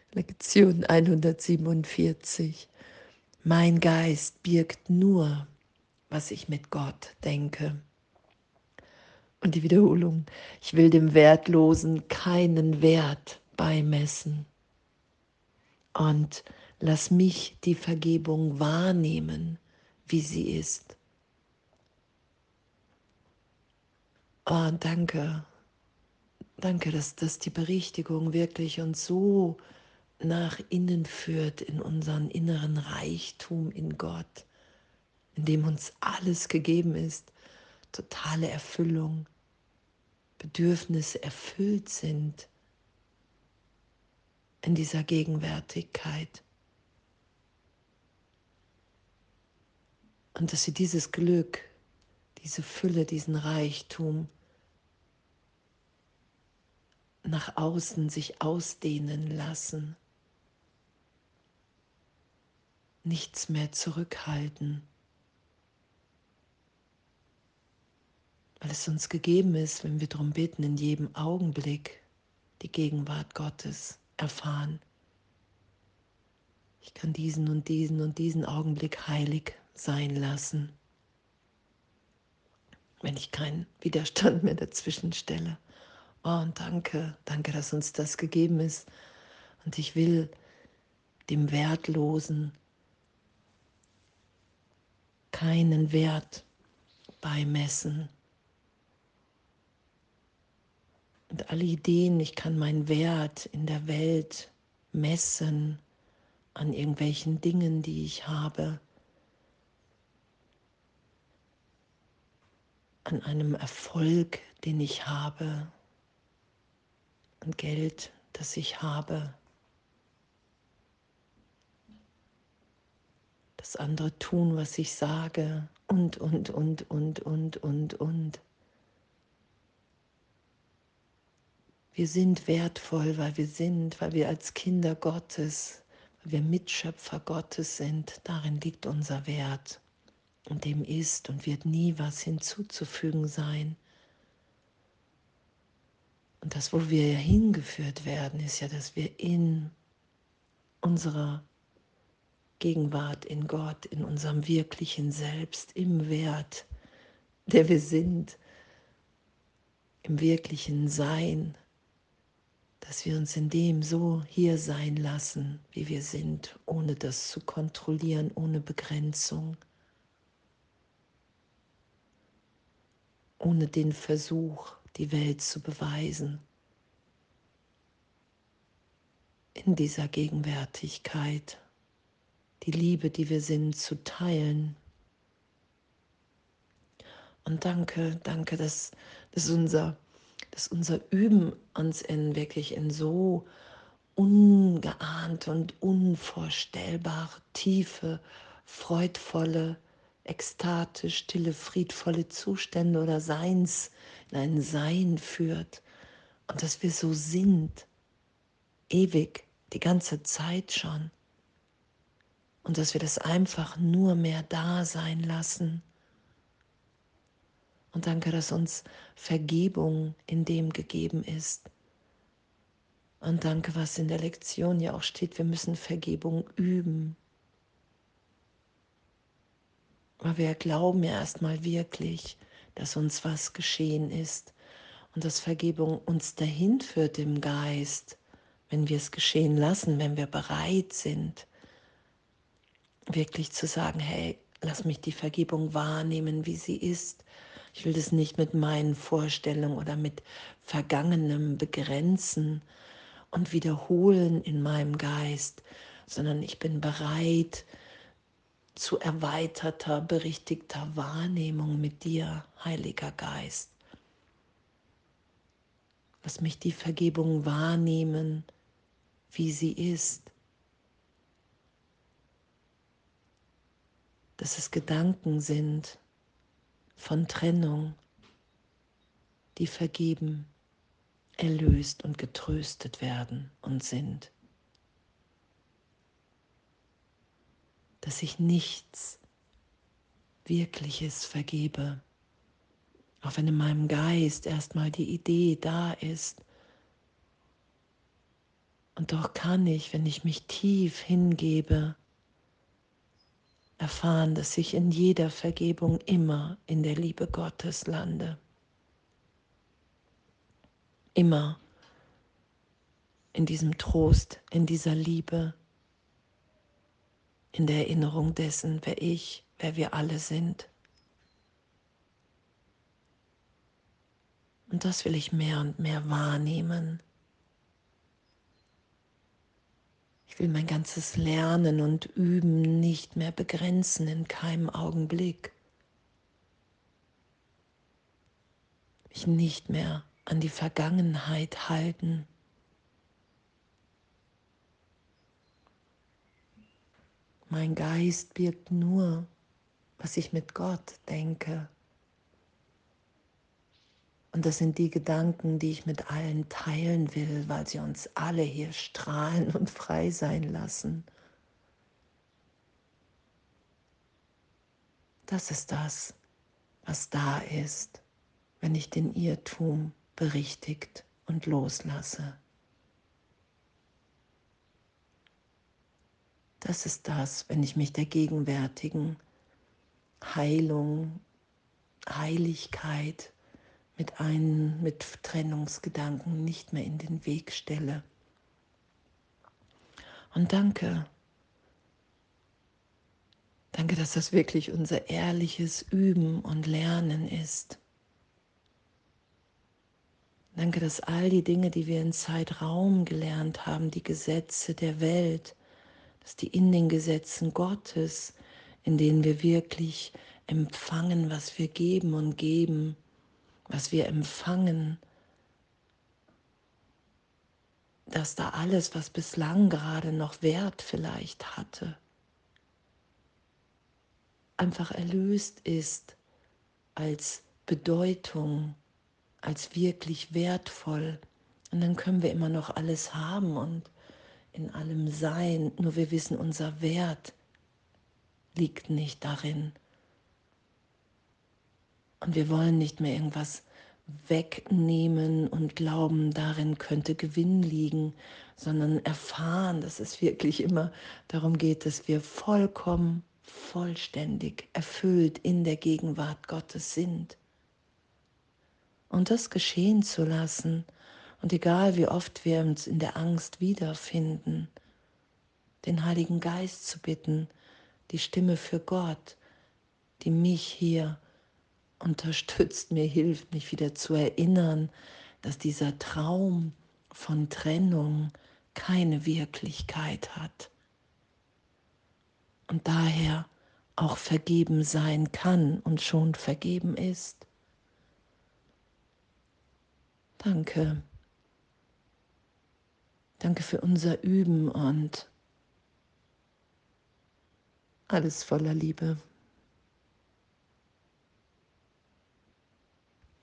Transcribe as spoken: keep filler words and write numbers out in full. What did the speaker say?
Lektion hundertsiebenundvierzig. Mein Geist birgt nur, was ich mit Gott denke. Und die Wiederholung. Ich will dem Wertlosen keinen Wert beimessen. Und lass mich die Vergebung wahrnehmen, wie sie ist. Oh, danke. Danke, dass, dass die Berichtigung wirklich uns so nach innen führt, in unseren inneren Reichtum in Gott, in dem uns alles gegeben ist, totale Erfüllung, Bedürfnisse erfüllt sind in dieser Gegenwärtigkeit. Und dass sie dieses Glück, diese Fülle, diesen Reichtum nach außen sich ausdehnen lassen, nichts mehr zurückhalten, weil es uns gegeben ist, wenn wir darum bitten, in jedem Augenblick die Gegenwart Gottes erfahren. Ich kann diesen und diesen und diesen Augenblick heilig sein lassen, wenn ich keinen Widerstand mehr dazwischen stelle. Oh, und danke, danke, dass uns das gegeben ist. Und ich will dem Wertlosen keinen Wert beimessen. Und alle Ideen, ich kann meinen Wert in der Welt messen an irgendwelchen Dingen, die ich habe, an einem Erfolg, den ich habe, an Geld, das ich habe, das andere tun, was ich sage und, und, und, und, und, und, und. Wir sind wertvoll, weil wir sind, weil wir als Kinder Gottes, weil wir Mitschöpfer Gottes sind. Darin liegt unser Wert. Und dem ist und wird nie was hinzuzufügen sein. Und das, wo wir hingeführt werden, ist ja, dass wir in unserer Gegenwart, in Gott, in unserem wirklichen Selbst, im Wert, der wir sind, im wirklichen Sein, dass wir uns in dem so hier sein lassen, wie wir sind, ohne das zu kontrollieren, ohne Begrenzung, ohne den Versuch, die Welt zu beweisen. In dieser Gegenwärtigkeit, die Liebe, die wir sind, zu teilen. Und danke, danke, dass, dass, unser, dass unser Üben uns in wirklich in so ungeahnte und unvorstellbare, tiefe, freudvolle, ekstatisch, stille, friedvolle Zustände oder Seins in ein Sein führt. Und dass wir so sind, ewig, die ganze Zeit schon. Und dass wir das einfach nur mehr da sein lassen. Und danke, dass uns Vergebung in dem gegeben ist. Und danke, was in der Lektion ja auch steht, wir müssen Vergebung üben. Weil wir glauben ja erstmal wirklich, dass uns was geschehen ist und dass Vergebung uns dahin führt im Geist, wenn wir es geschehen lassen, wenn wir bereit sind, wirklich zu sagen, hey, lass mich die Vergebung wahrnehmen, wie sie ist. Ich will das nicht mit meinen Vorstellungen oder mit Vergangenem begrenzen und wiederholen in meinem Geist, sondern ich bin bereit zu erweiterter, berichtigter Wahrnehmung mit dir, Heiliger Geist. Lass mich die Vergebung wahrnehmen, wie sie ist. Dass es Gedanken sind von Trennung, die vergeben, erlöst und getröstet werden und sind. Dass ich nichts Wirkliches vergebe, auch wenn in meinem Geist erstmal die Idee da ist, Und doch kann ich, wenn ich mich tief hingebe, erfahren, dass ich in jeder Vergebung immer in der Liebe Gottes lande. Immer in diesem Trost, in dieser Liebe, in der Erinnerung dessen, wer ich, wer wir alle sind. Und das will ich mehr und mehr wahrnehmen. Ich will mein ganzes Lernen und Üben nicht mehr begrenzen in keinem Augenblick. Mich nicht mehr an die Vergangenheit halten. Mein Geist birgt nur, was ich mit Gott denke. Und das sind die Gedanken, die ich mit allen teilen will, weil sie uns alle hier strahlen und frei sein lassen. Das ist das, was da ist, wenn ich den Irrtum berichtigt und loslasse. Das ist das, wenn ich mich der gegenwärtigen Heilung, Heiligkeit mit ein, mit Trennungsgedanken nicht mehr in den Weg stelle. Und danke, danke, dass das wirklich unser ehrliches Üben und Lernen ist. Danke, dass all die Dinge, die wir in Zeitraum gelernt haben, die Gesetze der Welt, dass die in den Gesetzen Gottes, in denen wir wirklich empfangen, was wir geben und geben, was wir empfangen, dass da alles, was bislang gerade noch Wert vielleicht hatte, einfach erlöst ist als Bedeutung, als wirklich wertvoll. Und dann können wir immer noch alles haben und in allem sein, nur wir wissen, unser Wert liegt nicht darin. Und wir wollen nicht mehr irgendwas wegnehmen und glauben, darin könnte Gewinn liegen, sondern erfahren, dass es wirklich immer darum geht, dass wir vollkommen, vollständig, erfüllt in der Gegenwart Gottes sind. Und das geschehen zu lassen, und egal wie oft wir uns in der Angst wiederfinden, den Heiligen Geist zu bitten, die Stimme für Gott, die mich hier unterstützt, mir hilft, mich wieder zu erinnern, dass dieser Traum von Trennung keine Wirklichkeit hat und daher auch vergeben sein kann und schon vergeben ist. Danke. Danke für unser Üben und alles voller Liebe.